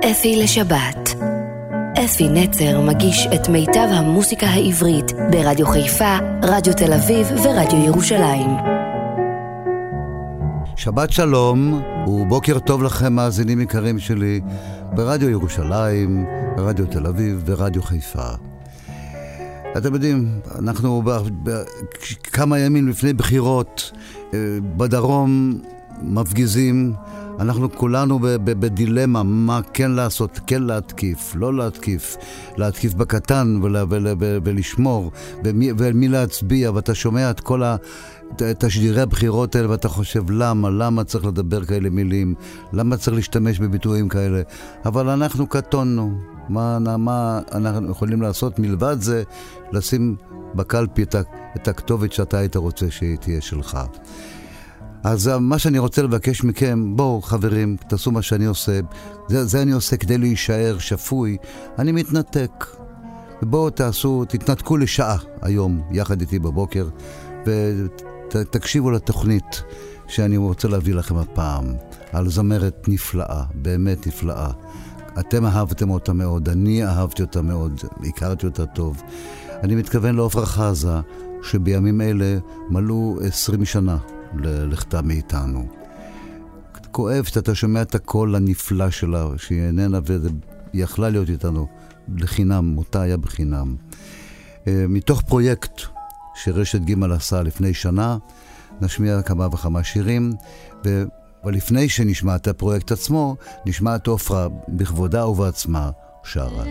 אפי לשבת. אפי נצר מגיש את מיטב המוסיקה העברית ברדיו חיפה, רדיו תל אביב ורדיו ירושלים. שבת שלום ובוקר טוב לכם מאזינים יקרים שלי ברדיו ירושלים, ברדיו תל אביב ורדיו חיפה. אתם יודעים, אנחנו כמה ימים לפני בחירות בדרום מפגיזים, אנחנו כולנו בדילמה מה כן לעשות, כן להתקיף, לא להתקיף, להתקיף בקטן ולשמור, ומי להצביע, ואתה שומע את כל תשדירי הבחירות האלה ואתה חושב למה צריך לדבר כאלה מילים, למה צריך להשתמש בביטויים כאלה, אבל אנחנו קטונו, מה אנחנו יכולים לעשות מלבד זה, לשים בקלפי את הכתובת שאתה היית רוצה שהיא תהיה שלך. אז מה שאני רוצה לבקש מכם, בואו חברים, תעשו מה שאני עושה, זה אני עושה כדי להישאר שפוי, אני מתנתק, ובואו תתנתקו לשעה היום יחד איתי בבוקר, ותקשיבו לתוכנית שאני רוצה להביא לכם הפעם, על זמרת נפלאה, באמת נפלאה. אתם אהבתם אותה מאוד, אני אהבתי אותה מאוד, הכרתי אותה טוב. אני מתכוון לעופרה חזה, שבימים אלה מלאו 20 שנה לכתה מאיתנו. כואב שאתה שומע את הקול הנפלא שלה, שהיא איננה ויכלה להיות איתנו לחינם, מותה היה בחינם. מתוך פרויקט שרשת ג' עשה לפני שנה, נשמיע כמה וכמה שירים, ולפני שנשמע את הפרויקט עצמו, נשמע את עופרה בכבודה ובעצמה שרה.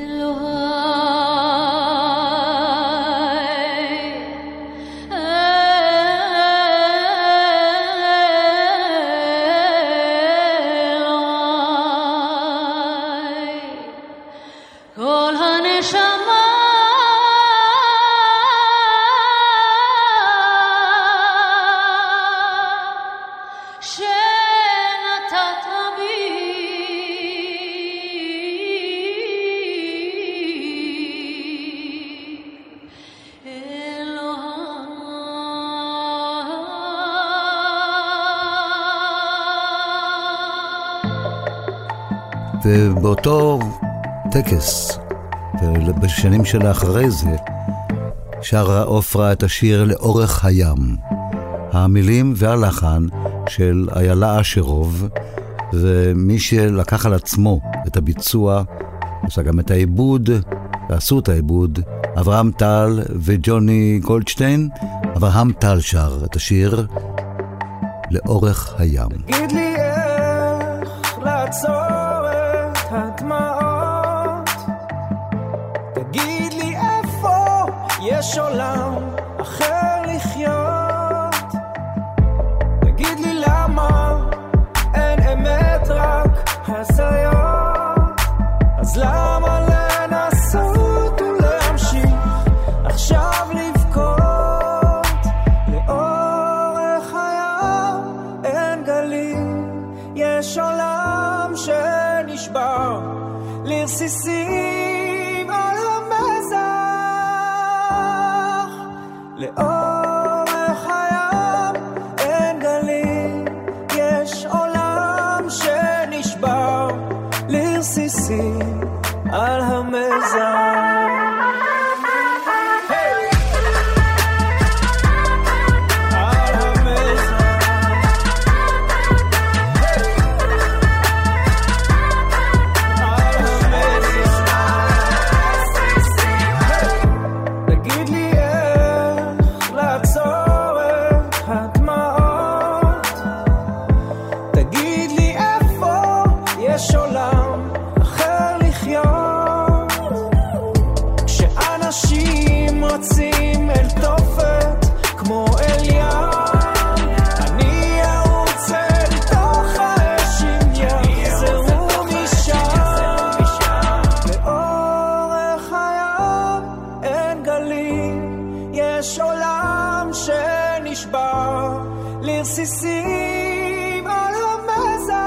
ובאותו טקס, ובשנים שלאחרי זה, שרה עופרה את השיר לאורך הים. המילים והלחן של איילה אשרוב, ומי שלקח על עצמו את הביצוע, עשה גם את העיבוד, ועשו את העיבוד, אברהם טל וג'וני גולדשטיין. אברהם טל שר את השיר לאורך הים. תגיד לי איך לעצור הדמעות, תגיד לי איפה יש עולם אחר לחיות, תגיד לי למה אין אמת רק הזיות, אז למה לנסות ולהמשיך עכשיו לבכות? לאורך הים אין גלים, יש עולם שנשבר לרסיסים על המזח. לאורך הים אין גלים, יש עולם שנשבר לרסיסים על המזח. לרסיסים על המזח.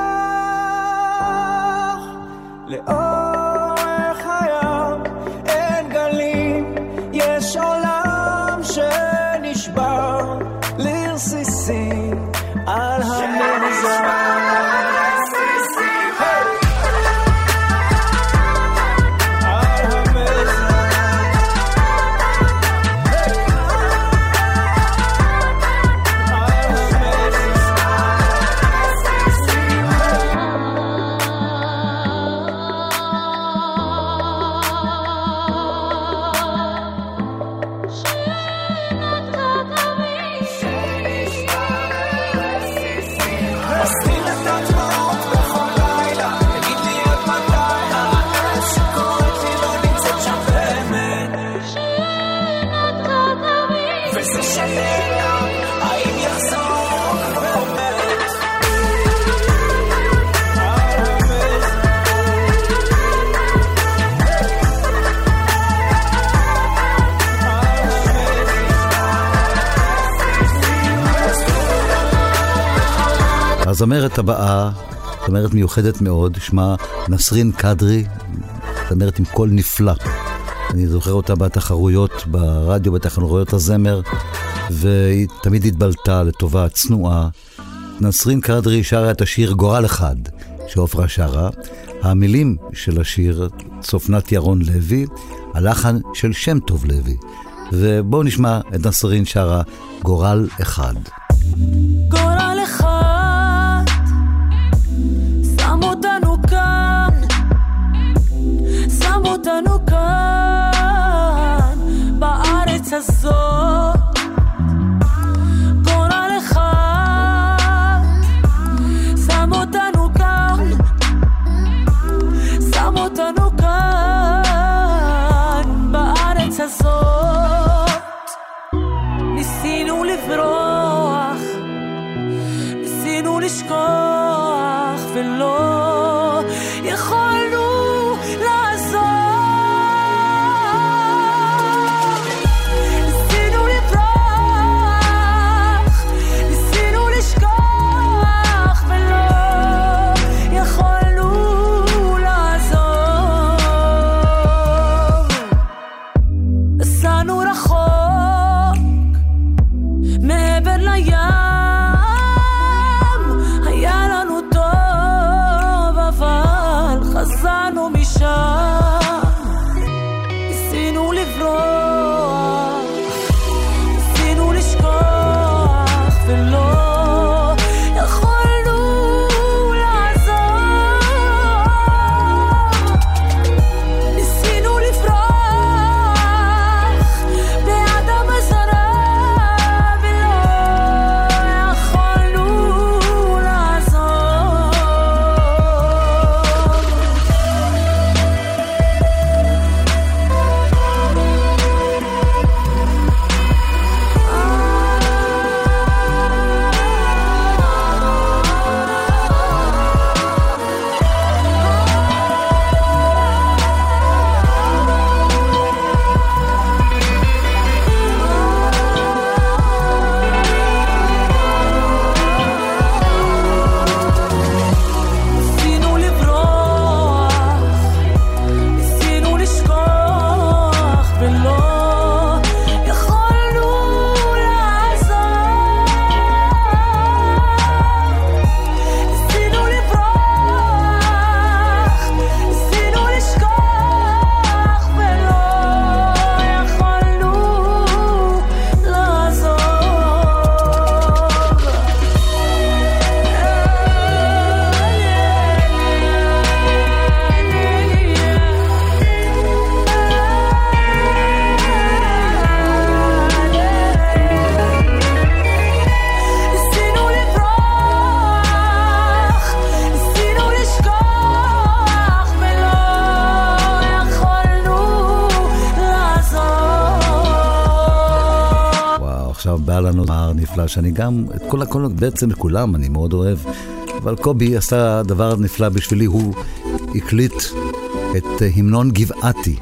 לאורך הים אין גלים, יש עולם שנשבר לרסיסים על המזח. הזמרת הבאה, זמרת מיוחדת מאוד, שמה נסרין קדרי, זמרת עם קול נפלא. אני זוכר אותה בתחרויות ברדיו, בתחרויות הזמר, והיא תמיד התבלטה לטובה, צנועה. נסרין קדרי שרה את השיר גורל אחד, שעופרה שרה. המילים של השיר, צופנת ירון לוי, הלחן של שם טוב לוי. ובואו נשמע את נסרין שרה גורל אחד. גורל אחד שם אותנו כאן, שם אותנו כאן בארץ הזאת. גורל אחד שם אותנו כאן, שם אותנו כאן בארץ הזאת. ניסינו לברוח, ניסינו לשכוח ולא יכולנו לעזור. ניסינו לברוח, ניסינו לשכוח ולא יכולנו לעזור. נסענו רחוק מעבר לים, היה לנו טוב אבל חזרנו משם. ניסינו לברוח, ניסינו לשכוח ולא יכולנו לעזור. ניסינו לברוח באדם הזרה ולא יכולנו לעזור. ניסינו לברוח, ניסינו לשכוח ולא יכולנו לעזור. ניסינו לברוח, ניסינו לשכוח ולא יכולנו לעזור. ניסינו לברוח, ניסינו לשכוח ולא יכולנו לעזור. וואו, עכשיו בא לנו זמר נפלא, שאני גם, את כל בעצם כולם אני מאוד אוהב, אבל קובי עשה דבר נפלא בשבילי, הוא הקליט את המנון גבעתי,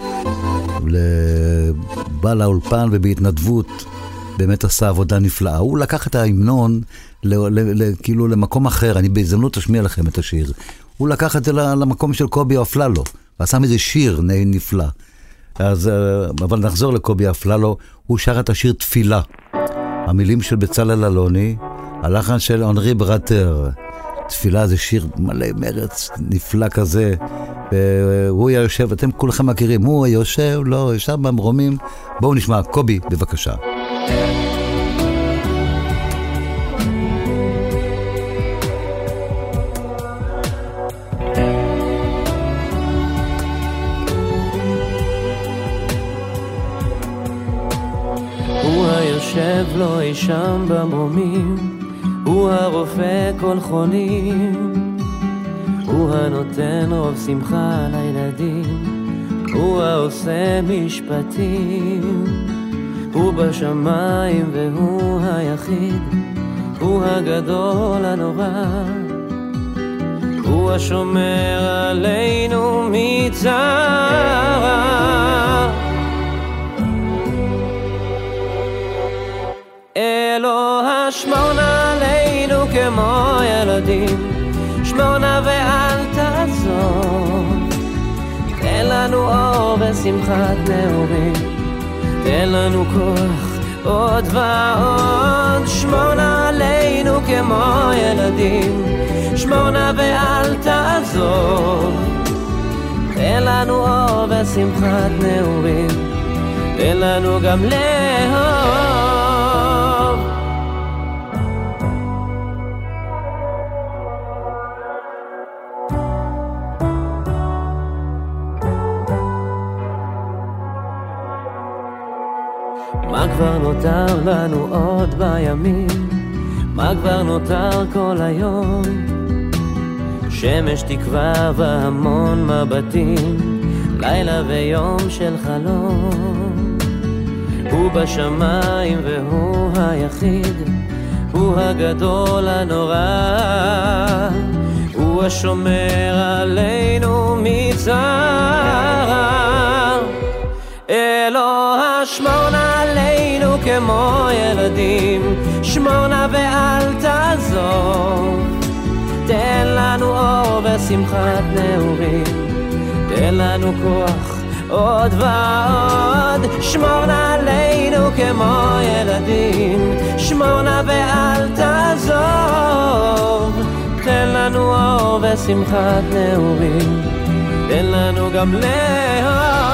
בא לאולפן ובהתנדבות באמת עשה עבודה נפלאה. הוא לקח את ההמנון כאילו למקום אחר, אני בהזדמנות אשמיע לכם את השיר. הוא לקח את זה למקום של קובי אפללו, ועשה מזה שיר נפלא. אז, אבל נחזור לקובי אפללו, הוא שר את השיר תפילה. המילים של בצלאל אלוני, הלחן של אנרי ברטר. תפילה זה שיר מלא מרץ, נפלא כזה. והוא יושב, אתם כולכם מכירים, הוא יושב, לא, יושב במרומים. בואו נשמע, קובי, בבקשה. הוא היושב לו אי שם במרומים, הוא הרופא כל חולים, הוא הנותן רוב שמחה לילדים, הוא העושה משפטים, הוא בשמיים והוא היחיד, הוא הגדול הנורא, הוא השומר עלינו מצרה. אלוה השמור עלינו כמו ילדים, שמונה ואל תעזוב. תן לנו אור ושמחת נעורים, תן לנו כוח עוד ועוד. שמונה עלינו כמו ילדים, שמונה ואל תעזוב. תן לנו אור ושמחת נעורים, תן לנו גם לאהוב. מה כבר נותר לנו עוד בימים? מה כבר נותר כל היום? שמש תקווה והמון מבטים, לילה ויום של חלום. הוא בשמיים והוא היחיד, הוא הגדול הנורא, הוא השומר עלינו מצער. אלוה שמונה עלינו כמו ילדים, שמונה ואל תעזוב. תן לנו אור ושמחת נעורים, תן לנו כוח עוד ועוד. שמונה עלינו כמו ילדים, שמונה ואל תעזוב. תן לנו אור ושמחת נעורים, תן לנו גם לאהוב.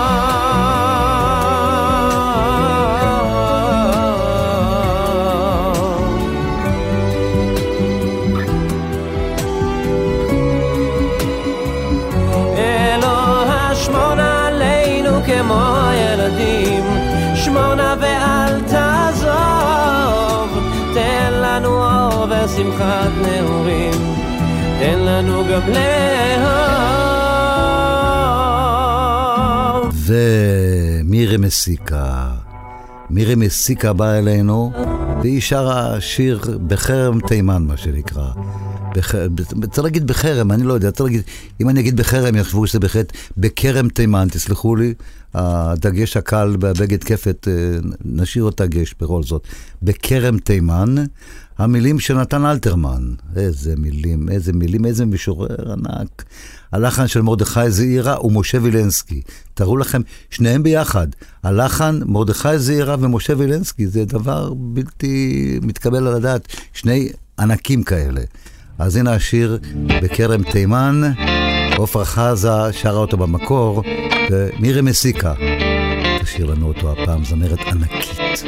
כמו ילדים, שמונה ואל תעזוב. תן לנו אור ושמחת נעורים, תן לנו גם לאהוב. ומירי מסיקה, מירי מסיקה באה אלינו, והיא שרה שיר בחרם תימן, מה שנקרא. צריך להגיד בחרם, אני לא יודע, צריך להגיד, אם אני אגיד בחרם יחשבו שזה בחטא, בקרם תימן, תסלחו לי, הדגש הקל בבגד כפת, נשאיר אותה גש בכל זאת, בקרם תימן, המילים של נתן אלתרמן, איזה מילים, איזה מילים, איזה משורר ענק, הלחן של מרדכי זעירה ומשה וילנסקי, תראו לכם, שניהם ביחד, הלחן מרדכי זעירה ומשה וילנסקי, זה דבר בלתי מתקבל על הדעת, שני ענקים כאלה. אז הנה השיר בקרם תימן, עופרה חזה שרה אותו במקור, ומירי מסיקה תשאיר לנו אותו הפעם, זמרת ענקית.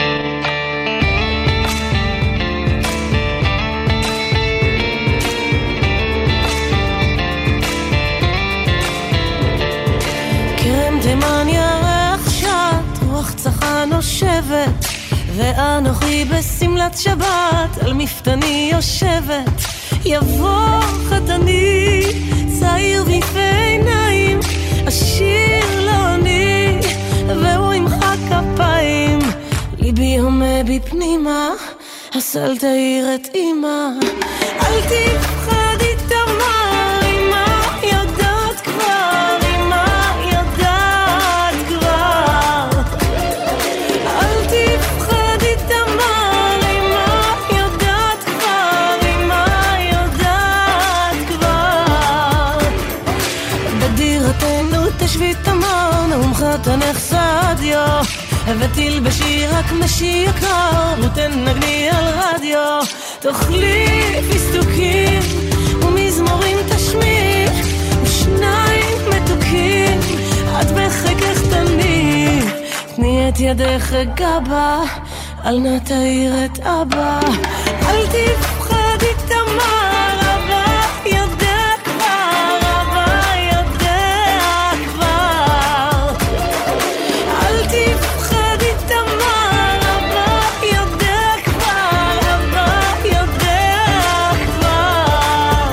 קרם תימן ירח שט, רוח צחה נושבת, ואנוכי בסמלת שבת על מפתני יושבת. יבוא חתני צעיר ויפה עיניים, אשיר לעוני והוא ימחא כפיים. ליבי הומה בפנימה, הסל תאיר את אמא. אל תפחדי תמר, אמא יודעת כבר, אמא יודעת כבר. אל תפחדי תמר, אמא יודעת כבר, אמא יודעת כבר. בדירתנו תשבי תמר, נאום חתנך סעדיו, ותלבשי רק משי יקר, ותנגני על רדיו. תאכלי פיסטוקים ומזמורים תשמיע, ושניים מתוקים את בחיקך תני. תני את ידך גבה, אל נא תאיר את אבא. אל תפחדי תמר, אבא יודע כבר, אבא יודע כבר. אל תפחדי תמר, אבא יודע כבר, אבא יודע כבר.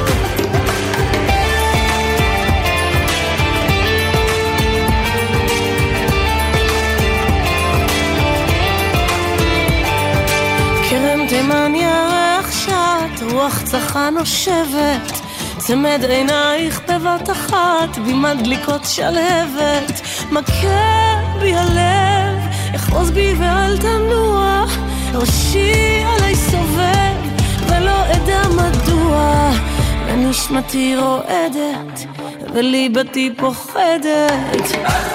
קרם תימן ירח שט, רוח צחה נושבת, צמד עינייך בבת אחת, במדליקות שלהבת. מכה בי הלב, אחוז בי ואל תנוע, ראשי עלי סובב ולא אדע מדוע ונשמתי רועדת וליבתי פוחדת.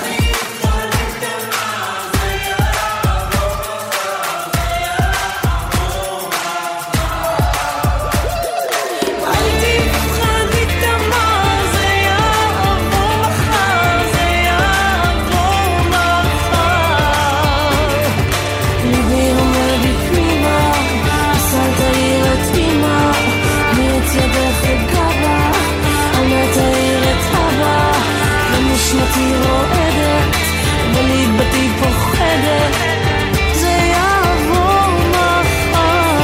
נשמתי רועדת וליבתי פוחדת, זה יעבור מחר.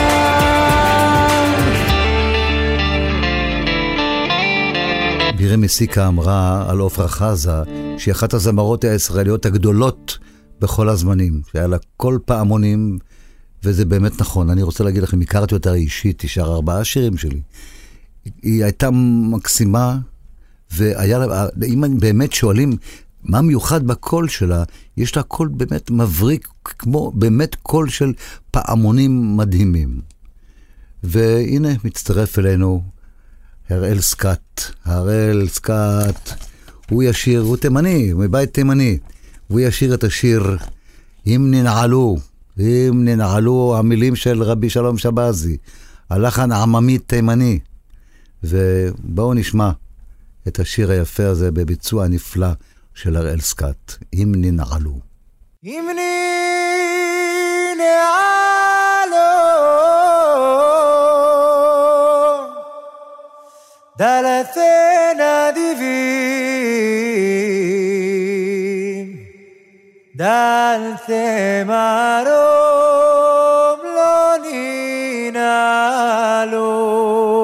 בירי מסיקה אמרה על עופרה חזה שהיא אחת הזמרות הישראליות הגדולות בכל הזמנים, שהיה לה כל פעמונים, וזה באמת נכון. אני רוצה להגיד לכם, הכרתי אותה אישית, היא שרה 4 שירים שלי. היא הייתה מקסימה, ואם באמת שואלים מה מיוחד בקול שלה, יש לה קול באמת מבריק, כמו באמת קול של פעמונים מדהימים. והנה מצטרף אלינו הראל סקאט. הראל סקאט, הוא ישיר, הוא תימני, הוא מבית תימני, והוא ישיר את השיר אם ננעלו, אם ננעלו, המילים של רבי שלום שבזי, הלחן עממי תימני. ובואו נשמע את השיר היפה הזה בביצוע נפלא של הראל סקאט, אם ננעלו. אם ננעלו דלתן אדיבים דלתם מרום לא ננעלו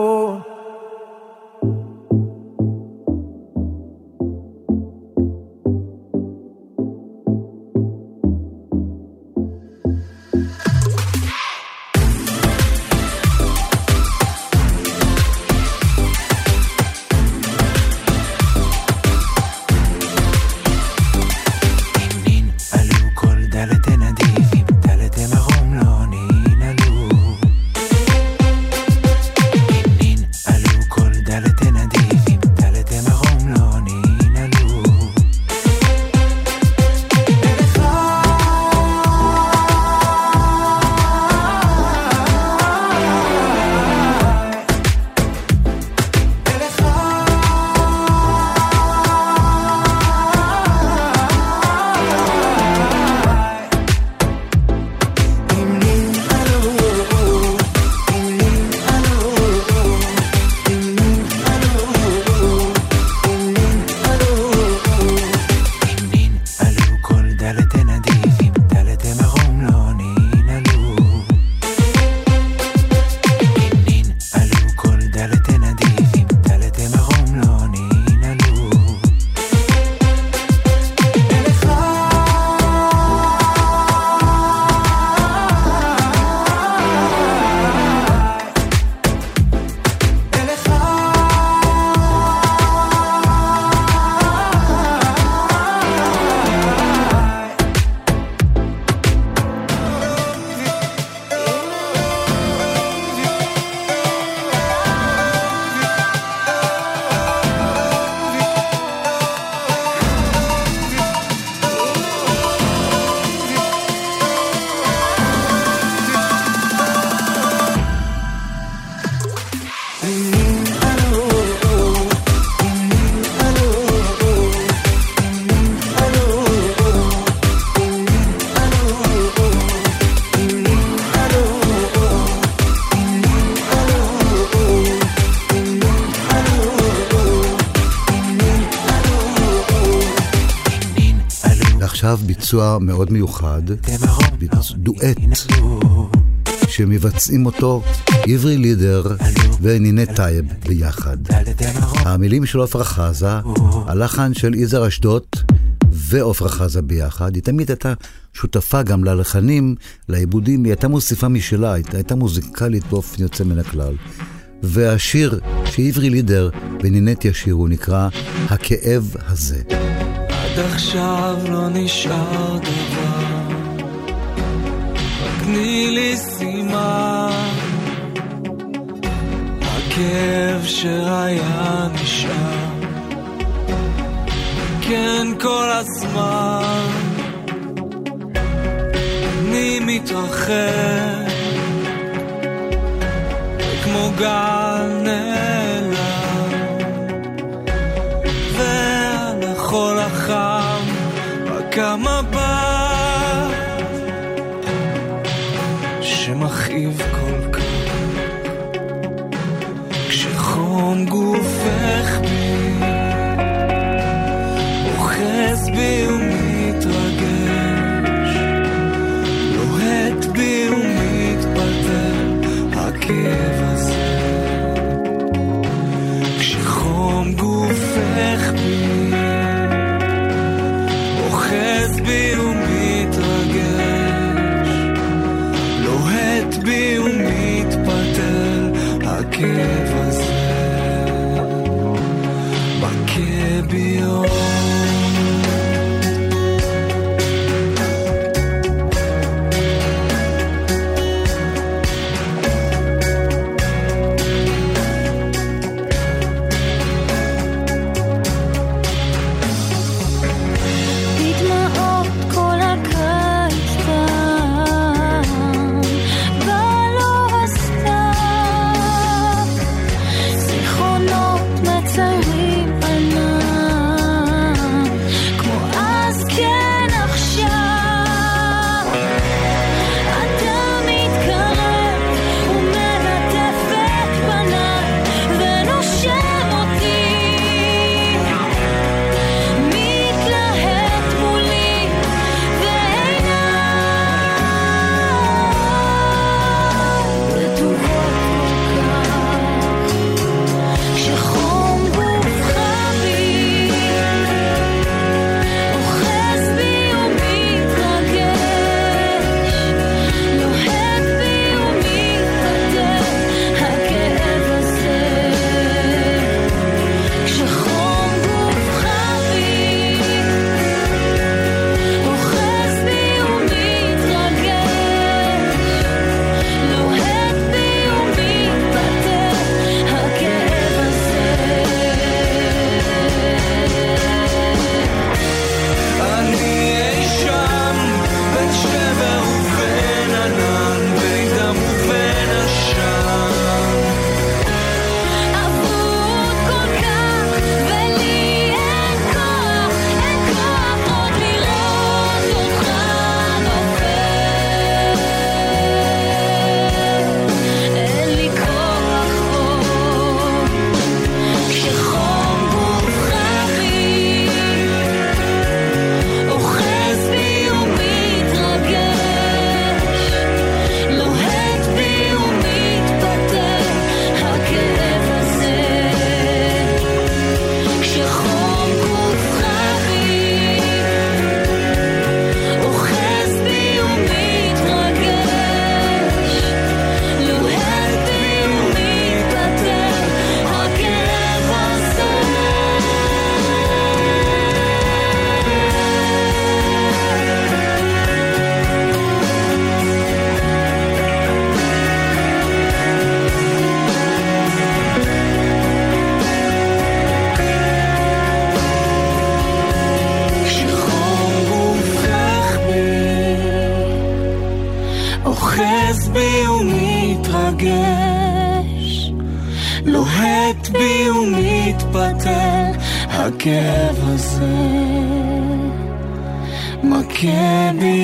עכשיו ביצוע מאוד מיוחד, דואט שמבצעים אותו עברי לידר ונינת טייב ביחד. המילים של עופרה חזה, הלחן של יזהר אשדוד ועופרה חזה ביחד. היא תמיד הייתה שותפה גם ללחנים, לעיבודים, היא הייתה מוסיפה משלה, היא הייתה מוזיקלית באופן יוצא מן הכלל. והשיר שעברי לידר ונינת ישירו נקרא הכאב הזה. עד עכשיו לא נשאר דבר, רק תני לי סימן, הכאב שהיה נשאר, כן כל הזמן אני מתרחב כמו גל נעלם, ועל החול החם רק המבט שמכאיב כל כך, כשחום גופך בי אוחז בי ומתרגש, לוהט בי ומתפלטר הכאב הזה, כשחום גופך בי אוחז בי ומתרגש, לוהט בי ומתפלטר הכאב הזה, מכה בי אור. הכאב הזה מכה בי.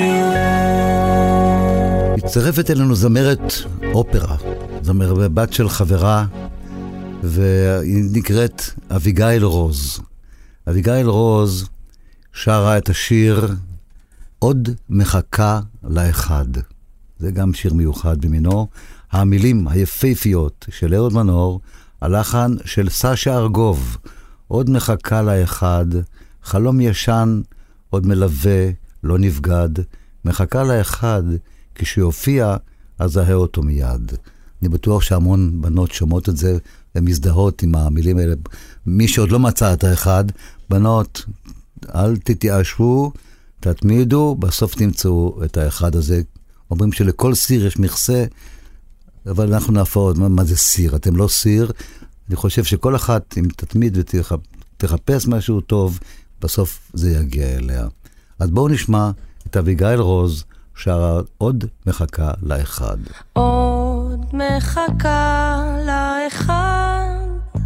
מצטרפת אלינו זמרת אופרה, זמרת בת של חברה, והיא נקראת אביגיל רוז. אביגיל רוז שרה את השיר עוד מחכה לאחד. זה גם שיר מיוחד במינו. המילים היפהפיות של אהוד מנור, הלחן של סשה ארגוב. עוד מחכה לאחד, חלום ישן, עוד מלווה, לא נבגד. מחכה לאחד, כשיופיע, אזהה אותו מיד. אני בטוח שהמון בנות שומעות את זה ומזדהות עם המילים האלה. מי שעוד לא מצא את האחד, בנות, אל תתייאשו, תתמידו, בסוף תמצאו את האחד הזה. אומרים שלכל סיר יש מכסה, אבל אנחנו נפרד, מה זה סיר? אתם לא סיר. אני חושב שכל אחת, אם תתמיד ותחפש משהו טוב, בסוף זה יגיע אליה. אז בואו נשמע את אביגיל רוז, שרה עוד מחכה לאחד. עוד מחכה לאחד,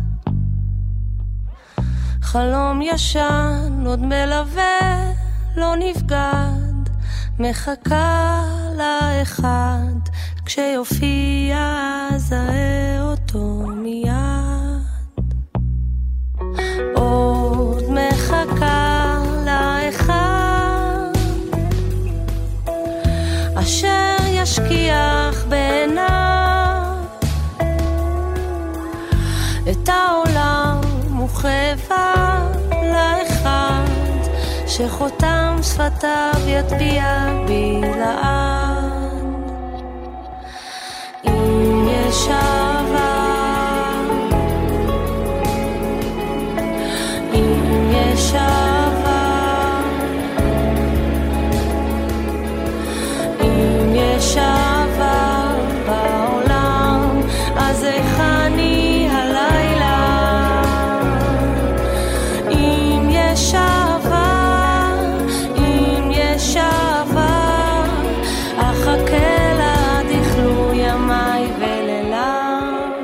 חלום ישן עוד מלווה, לא נבגד, מחכה לאחד, כשיופיע זהה אותו מיד. עוד מחכה לאחד, אשר ישכיח בעיניו את העולם וכאבה לאחד, שחותם שפתיו יטביע בי לעד. אם יש אהבה, אם יש אהבה, אם יש אהבה בעולם, אז איך אני הלילה? אם יש אהבה, אם יש אהבה, אחכה לה דכלו ימיי ולילה.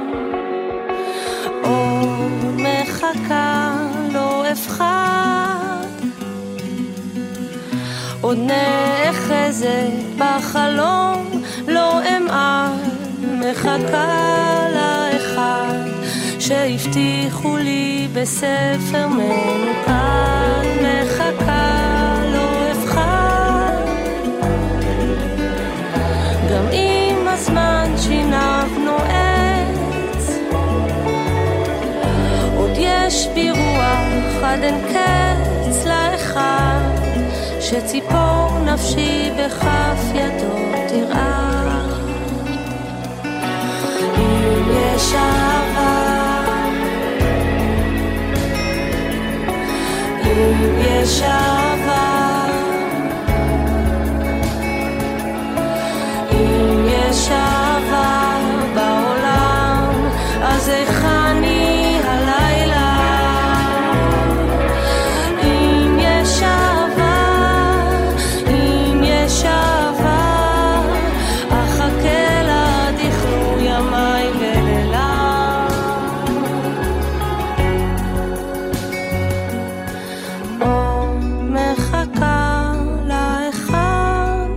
עוד מחכה לא אפחד, עוד נאחזת בחלום לא אמעד, מחכה לאחד שהבטיחו לי בספר מנוקד, מחכה לא אפחד, גם אם הזמן שינבנו עץ, עוד יש בי רוח עד אין קץ לאחד, שציפור נפשי בכף ידו תרעד. אם יש אהבה, אם יש אהבה, אם יש אהבה בעולם, אז איך אני הלילה? אם יש אהבה, אם יש אהבה, אחכה לה דכלו ימיי ולילה. עוד מחכה לאחד,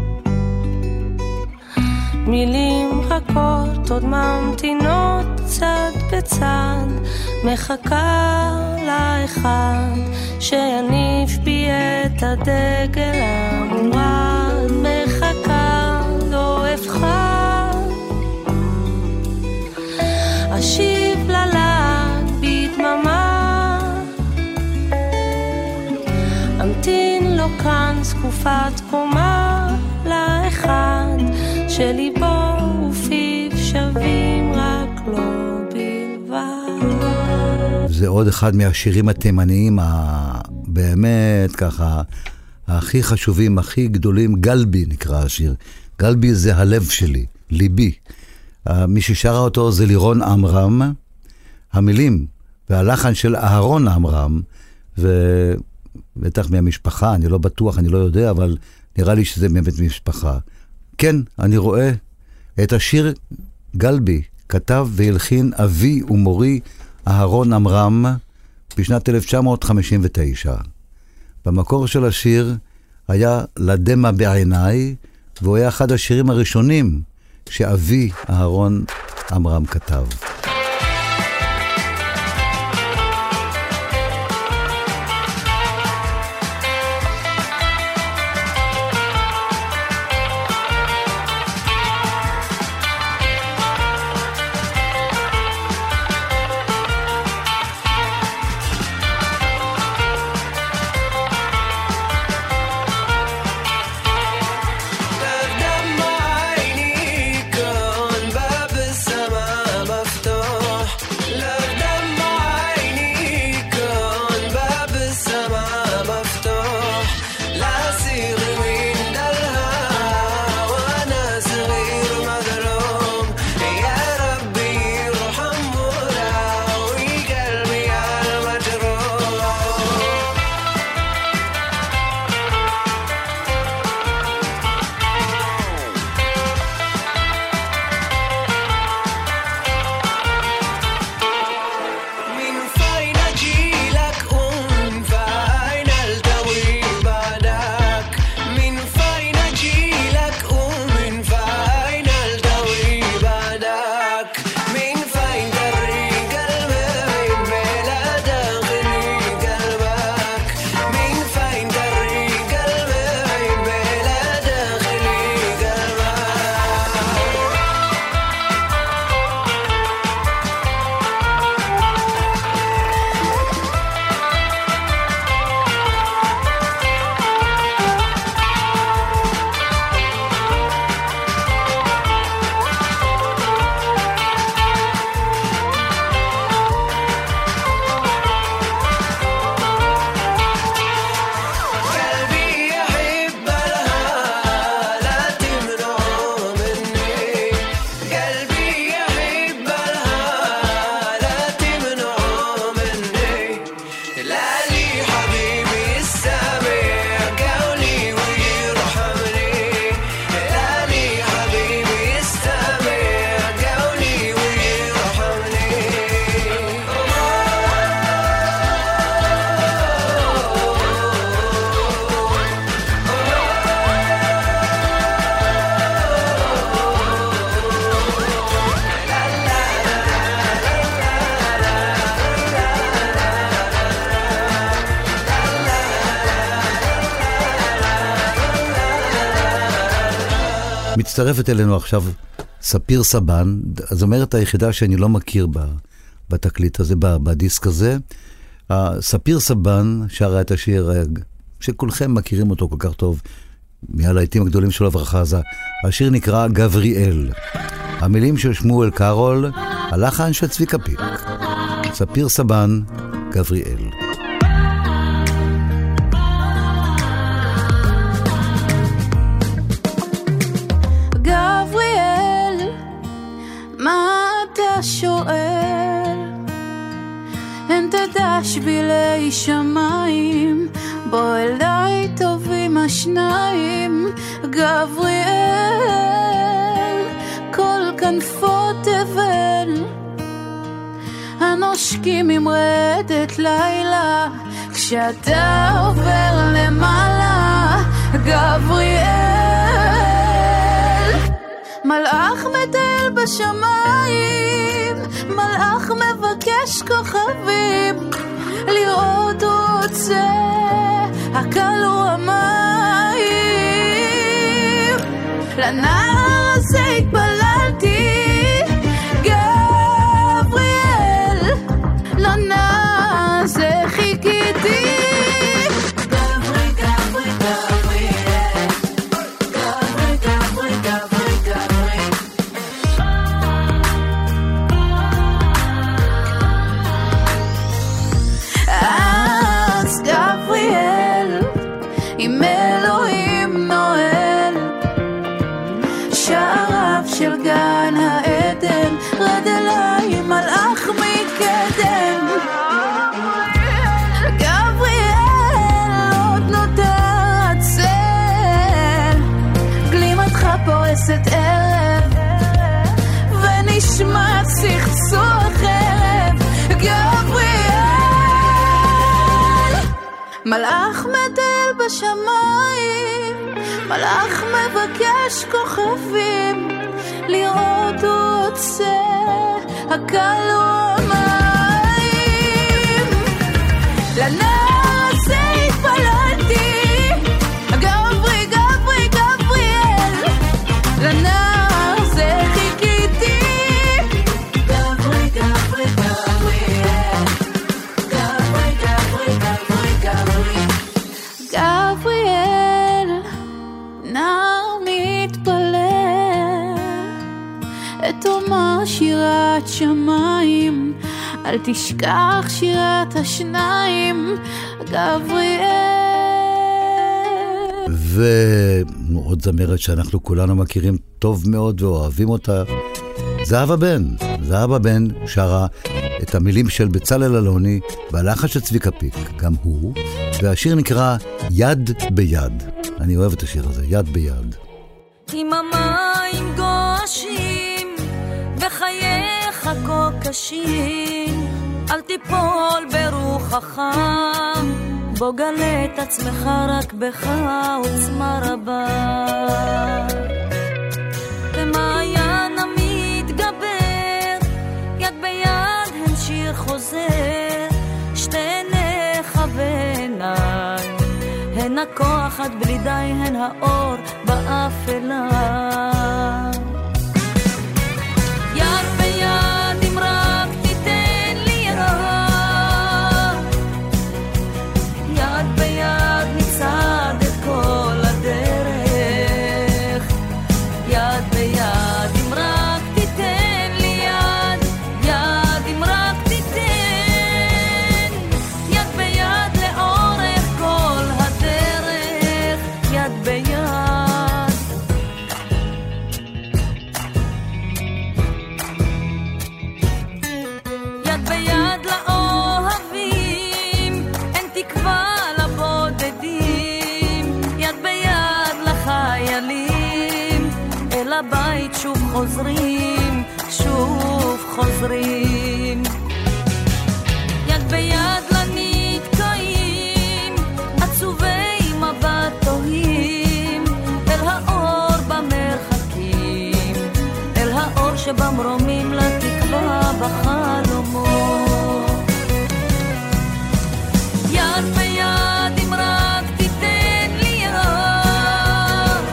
מילים רכות עוד ממתינות צד בצד, מחכה לאחד שיניף בי את הדגל המורד, מחכה לא אפחד, אשיב ללעד בדממה, אמתין לו כאן זקופת קומה לאחד, שליבו ופיו שווים רק לו בלבד. זה עוד אחד מהשירים התימניים באמת ככה הכי חשובים, הכי גדולים. גלבי נקרא השיר. גלבי זה הלב שלי, ליבי. מי ששרה אותו זה לירון עמרם, המילים והלחן של אהרון עמרם, ובטח מהמשפחה, אני לא בטוח, אני לא יודע, אבל נראה לי שזה באמת משפחה. כן, אני רואה את השיר גלבי, כתב והלחין אבי ומורי אהרון עמרם בשנת 1959. במקור של השיר היה לדמה בעיניי, והוא היה אחד השירים הראשונים שאבי אהרון עמרם כתב. דמע עיני כאן בבסמה מצטרפת אלינו עכשיו ספיר סבן, אז אומרת היחידה שאני לא מכיר בתקליט הזה, בדיסק הזה. ספיר סבן שרה את השיר שכולכם מכירים אותו כל כך טוב, מהלהיטים הגדולים של הברכה הזה. השיר נקרא גבריאל. המילים של שמואל קארול, הלחן של צביקה פיק. ספיר סבן, גבריאל. מה אתה שואל? אין תדע שבילי שמיים, בוא אליי טובים השניים. גבריאל, כל כנפות תבל, הנושקים עם רדת לילה, כשאתה עובר למעלה. גבריאל, מלאך מטייל בשמיים, מלאך מבקש כוכבים, לראות הוא רוצה, הקל הוא המים. לנער הזה התפללתי, גבריאל, לנער הזה חיכיתי. ערב ונשמע צחצוח ערב. גבריאל, מלאך מטייל בשמיים, מלאך מבקש כוכבים, לראות הוא רוצה, הקל הוא המים. לנער הזה התפללתי, לנער זה חיכיתי. גברי, גברי, גבריאל, גברי, גברי, גברי, גברי. גבריאל, נער מתפלל, תאמר שירת שמיים, אל תשכח שירת השניים. גבריאל. ועוד זמרת שאנחנו כולנו מכירים טוב מאוד ואוהבים אותה, זהבה בן. זהבה בן שרה את המילים של בצלאל אלוני והלחן של צביקה פיק, גם הוא, והשיר נקרא יד ביד. אני אוהב את השיר הזה, יד ביד. עם המים גועשים וחייך כה קשים, אל תיפול ברוחך, בוא גלה את עצמך, רק בך עוצמה רבה. במעיין המתגבר, יד ביד הם שיר חוזר, שתי עיניך ועיניי, הן הכוח עד בלי די, הן האור באפלה. יד ביד אם רק תיתן לי יד, יד ביד נצעד את כל הדרך, יד ביד אם רק תיתן לי יד, יד אם רק תיתן, יד ביד לאורך כל הדרך, יד ביד. חוזרים, שוב חוזרים. יד ביד לנתקעים, עצובי מבט תוהים, אל האור במרחקים, אל האור שבמרומים לתקווה בחלומות. יד ביד אם רק תיתן לי יד,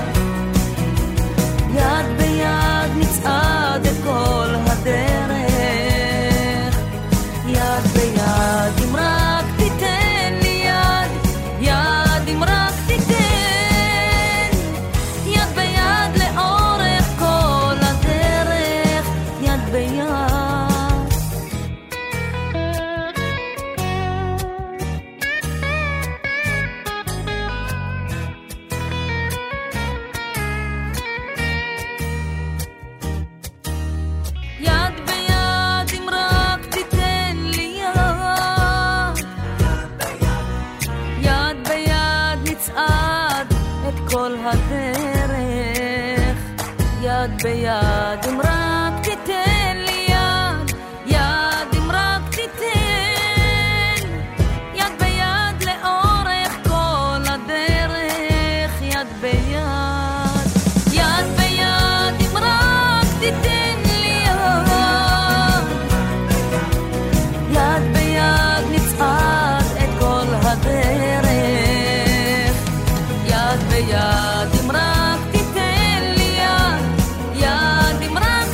יד ביד נצעד את כל הדרך. יד ביד אם רק תיתן לי יד, יד אם רק תיתן, יד ביד לאורך כל הדרך. יד ביד יד ביד אם רק תיתן לי יד, יד ביד נצעד את כל הדרך. יד ביד אם רק תיתן לי יד, יד אם רק תיתן, יד ביד לאורך כל הדרך. יד ביד, יד ביד אם רק תיתן לי יד, יד ביד נצעד את כל הדרך. יד ביד אם רק תיתן לי יד, יד אם רק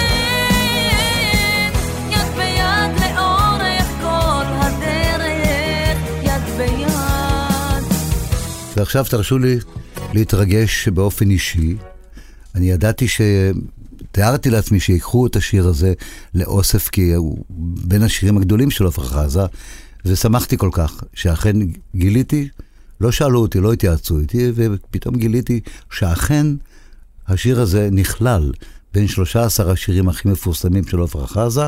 תיתן, יד ביד לאורך כל הדרך. יד ביד. ועכשיו תרשו לי להתרגש באופן אישי. אני ידעתי תיארתי לעצמי שיקחו את השיר הזה לאוסף, כי הוא בין השירים הגדולים של עופרה חזה, ושמחתי כל כך שאכן גיליתי, לא שאלו אותי, לא התייעצו איתי, ופתאום גיליתי שאכן השיר הזה נכלל בין 13 השירים הכי מפורסמים של עופרה חזה,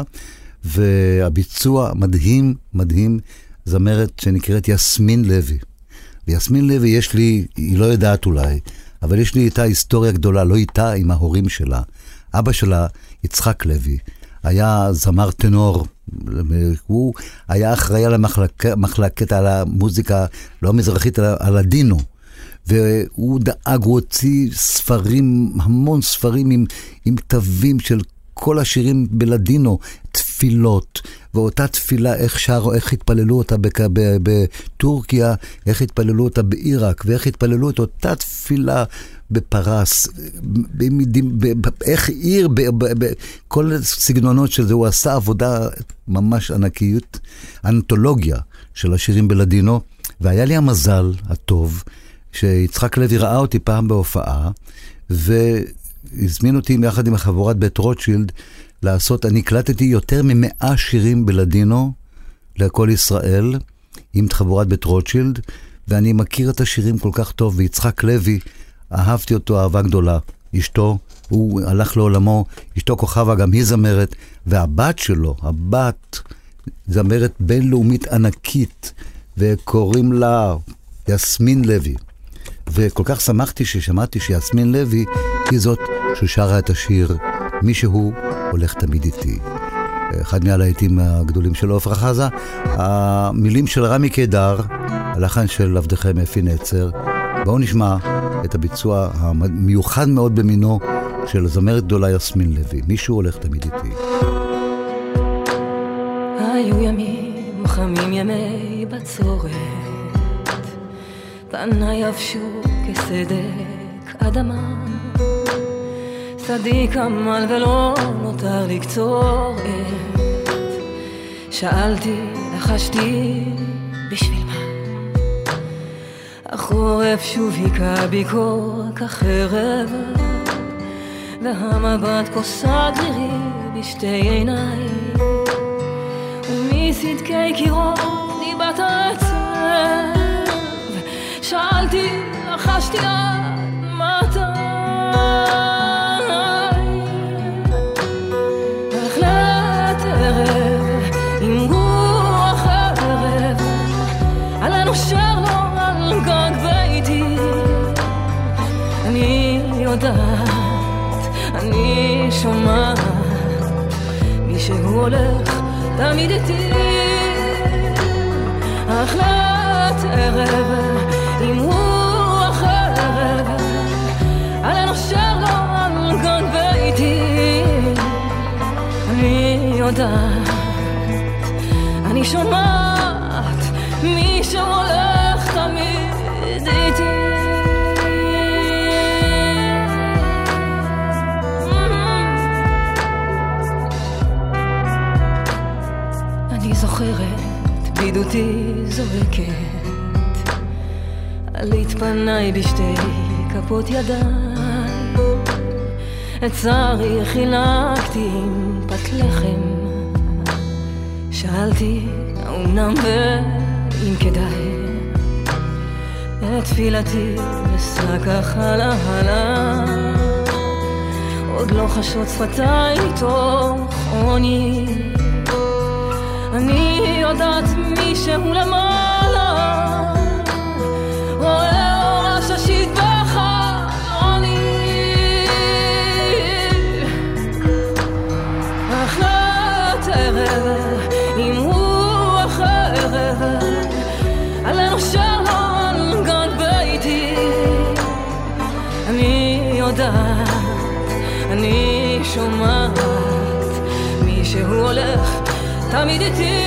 והביצוע מדהים, מדהים, זמרת שנקראת יסמין לוי. ויסמין לוי יש לי, היא לא יודעת אולי, אבל יש לי איתה היסטוריה גדולה, לא איתה, עם ההורים שלה. אבא שלה, יצחק לוי, היה זמר טנור, הוא היה אחראי על המחלקת, על המוזיקה, לא המזרחית, על הדינו, והוא דאג, הוא הוציא ספרים, המון ספרים עם כתבים של כל השירים בלדינו, תפילות, ואותה תפילה, איך שרו, איך התפללו אותה בטורקיה, איך התפללו אותה בעיראק, ואיך התפללו את אותה תפילה בפרס, איך עיר, כל סגנונות של זה, הוא עשה עבודה ממש ענקיות, אנתולוגיה של השירים בלדינו, והיה לי המזל הטוב, שיצחק לוי ראה אותי פעם בהופעה, והזמין אותי יחד עם החבורת בית רוטשילד, לעשות, אני הקלטתי יותר מ100 שירים בלדינו, לכל ישראל, עם חבורת בית רוטשילד, ואני מכיר את השירים כל כך טוב, ויצחק לוי, אהבתי אותו אהבה גדולה, אשתו, הוא הלך לעולמו, אשתו כוכבה, גם היא זמרת, והבת שלו, הבת, זמרת בינלאומית ענקית, וקוראים לה יסמין לוי. וכל כך שמחתי ששמעתי שיסמין לוי היא זאת ששרה את השיר מישהו הולך תמיד איתי. אחד מהלהיטים הגדולים של עופרה חזה, המילים של רמי קידר, הלחן של עבדכם אפי נצר. בואו נשמע את הביצוע המיוחד מאוד במינו של זמרת גדולה יסמין לוי, מישהו הולך תמיד איתי. היו ימים חמים, ימי בצורת, פניי יבשו כסדק אדמה, צדיק עמל ולא נותר לקצור עת. שאלתי, לחשתי, בשביל מה? החורף שוב היכה בי כל כך ערב, והמבט כוסה דרירי בשתי עיניי, ומסדקי קירות ניבט העצב. שאלתי, לחשתי עד מתי? בהחלט ערב עם רוח הערב, עלינו שר לו על גג ביתי. אני יודעת, אני שומעת מישהו הולך תמיד איתי אחלת ערב עם רוח ערב על הנושר לו על גן ביתי אני יודעת אני שומעת מישהו הולך תמיד איתי אני זוכרת בידותי זורקת על התפניי בשתי כפות ידיי את צערי חילקתי עם פת לחם שאלתי האומנם ואם כדאי את תפילתי ושק החלה עוד לא חשות שפתיי מתוך עוני אני יודעת מישהו למעלה רואה אור הששית בחלוני אחלת ערב עם רוח ערב על הנושר לו על גן ביתי אני יודעת אני שומעת מישהו הולך תמיד איתי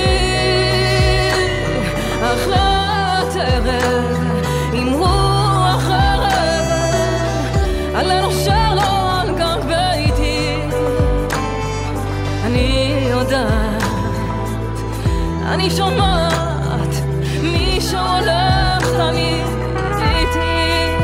אחלת ערב עם רוח ערב על הנושר לו על גן ביתי אני יודעת אני שומעת מישהו הולך תמיד איתי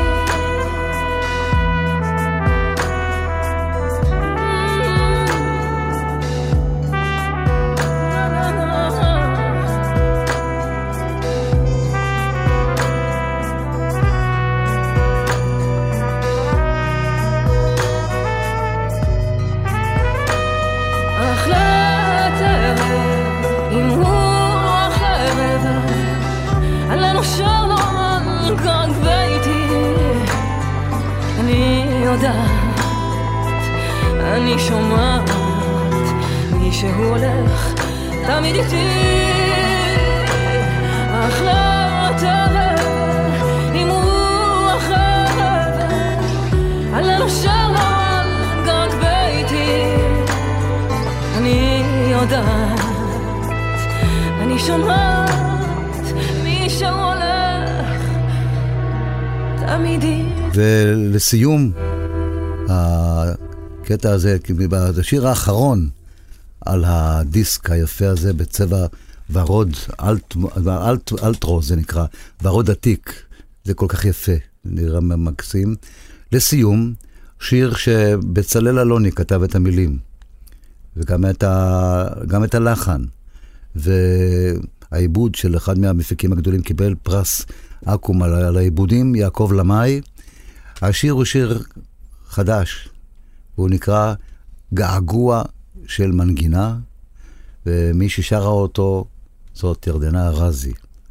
אני שומעת מישהו הולך תמיד איתי אחלת ערב עם רוח ערב על הנושר על גג ביתי אני יודעת אני שומעת מישהו הולך תמיד איתי ולסיום הקטע הזה, בשיר האחרון על הדיסק היפה הזה בצבע ורוד, אלטרו זה נקרא, ורוד עתיק, זה כל כך יפה, נראה מקסים. לסיום, שיר שבצלאל אלוני כתב את המילים, וגם את הלחן, והעיבוד של אחד מהמפיקים הגדולים קיבל פרס אקו"ם על העיבודים, יעקב למאי. השיר הוא שיר חדש, הוא נקרא געגוע של מנגינה, ומי ששרה אותו זאת ירדנה ארזי.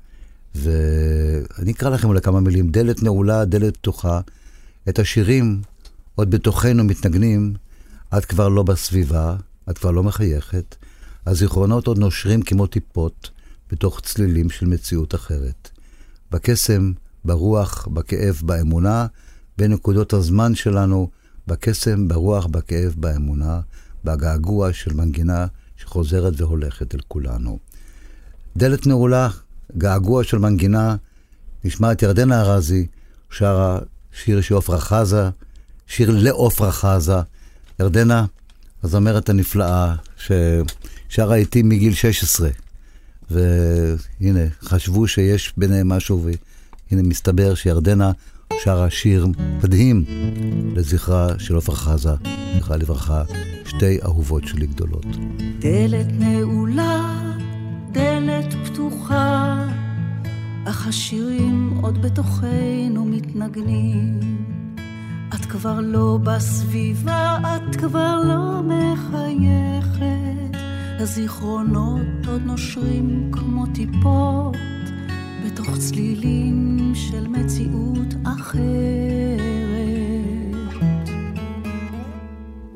ואני אקרא לכם אולי כמה מילים, דלת נעולה, דלת פתוחה, את השירים עוד בתוכנו מתנגנים, את כבר לא בסביבה, את כבר לא מחייכת, הזיכרונות עוד נושרים כמו טיפות, בתוך צלילים של מציאות אחרת. בקסם, ברוח, בכאב, באמונה, בנקודות הזמן שלנו, בקסם, ברוח, בכאב, באמונה, בגעגוע של מנגינה שחוזרת והולכת אל כולנו. דלת נעולה, געגוע של מנגינה, נשמע את ירדנה ארזי, שרה שיר שעופרה חזה, שיר לעופרה חזה. ירדנה, הזמרת הנפלאה, ששרה איתי מגיל 16, והנה, חשבו שיש ביניהם משהו, והנה מסתבר שירדנה שרה שיר מדהים לזכרה של עופרה חזה, זכרה לברכה, שתי אהובות שלי גדולות. דלת נעולה, דלת פתוחה, אך השירים עוד בתוכנו מתנגנים. את כבר לא בסביבה, את כבר לא מחייכת, הזיכרונות עוד נושרים כמו טיפות, בתוך צלילים של מציאות אחרת.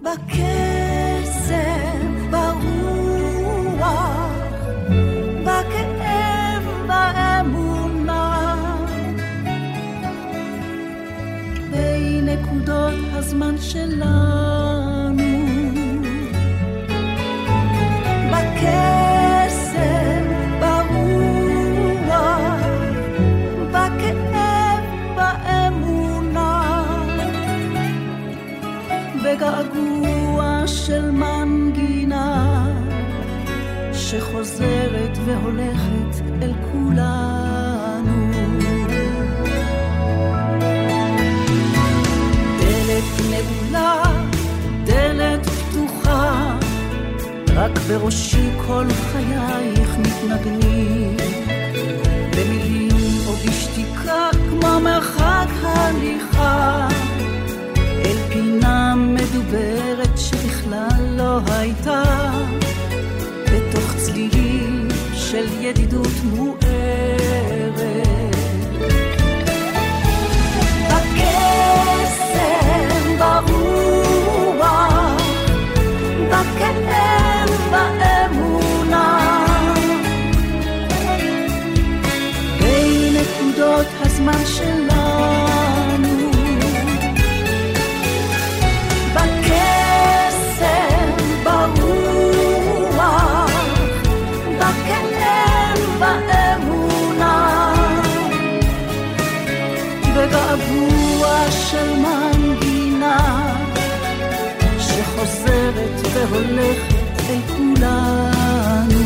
הזמן שלנו. בקסם, ברוח, בכאב, באמונה, בגעגוע של מנגינה שחוזרת והולכת אל כולנו. דלת נעולה, דלת פתוחה, רק בראשי כל חייך מתנגנים, במילים או בשתיקה כמו מרחק הליכה, אל פינה מדוברת שבכלל לא הייתה, בתוך צלילים של ידידות מוארת. בקסם, ברוח, בכאב, באמונה, בין נקודות הזמן שלנו. בקסם, ברוח, בכאב, באמונה, בגעגוע של מנגינה שחוזרת והולכת אל כולנו.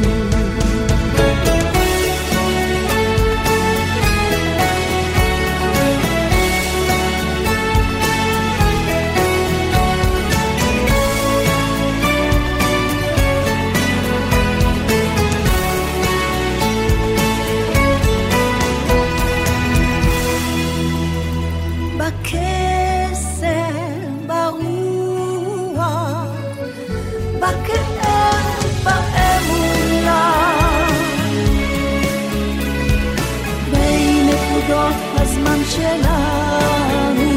הזמן שלנו.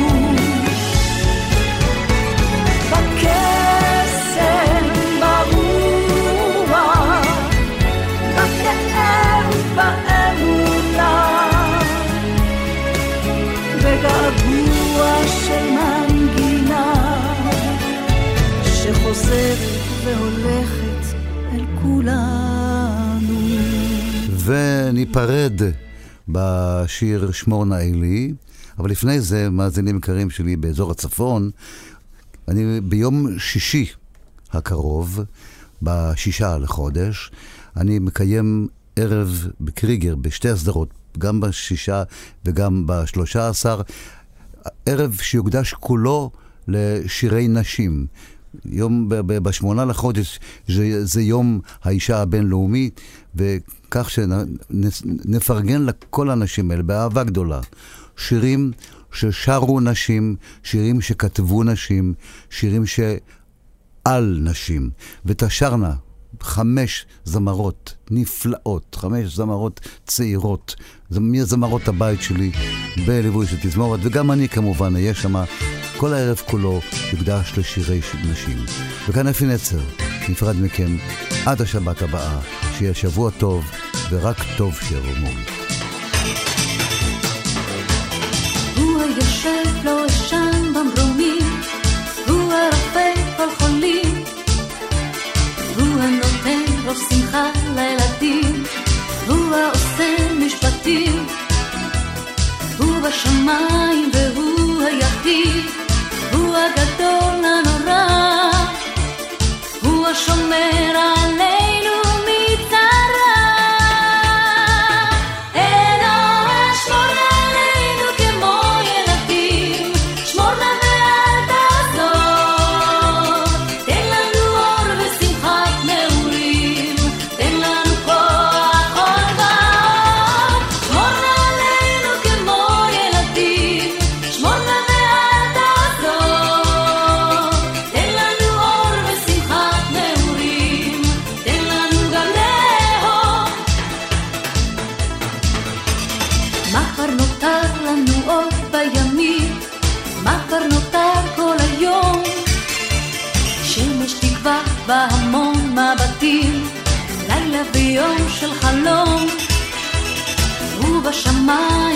בקסם, ברוח, בכאב, באמונה, בגעגוע של מנגינה שחוזרת והולכת אל כולנו. וניפרד בשיר שמור נא לי, אבל לפני זה, מאזינים יקרים שלי באזור הצפון, אני ביום שישי הקרוב, ב6 לחודש, אני מקיים ערב בקריגר, בשתי הסדרות, גם ב6 וגם ב13, ערב שיוקדש כולו לשירי נשים. יום ב8 לחודש זה יום האישה הבינלאומי, וכך שנפרגן לכל האנשים האלה באהבה גדולה. שירים ששרו נשים, שירים שכתבו נשים, שירים שעל נשים, ותשרנה 5 זמרות נפלאות, 5 זמרות צעירות, זמרות הבית שלי בליווי של תזמורת, וגם אני כמובן אהיה שם. כל הערב כולו יוקדש לשירי נשים. וכאן אפי נצר, נפרד מכם עד השבת הבאה, שיהיה שבוע טוב ורק טוב שירומון. הוא היושב לא ישן במרומים, הוא הרפא כל חולים, הוא הנותן רוב שמחה לילדים, הוא העושה משפטים, הוא בשמיים והוא היחיד, הוא הגדול הנורא, הוא השומר עלינו מצרה. אלוהים שמור עלינו כמו ילדים, שמור נא ואל תעזור, תן לנו אור ושמחת נעורים, תן לנו כוח עוד ועוד. שמור נא עלינו כמו ילדים, שמור נא ואל תעזור, תן לנו אור ושמחת נעורים, תן לנו גם לאהוב. מה כבר נותר לנו עוד בימים, מה כבר נותר כל היום, שמש תקווה בהמון מבטים, לילה ויום של חלום, ובשמיים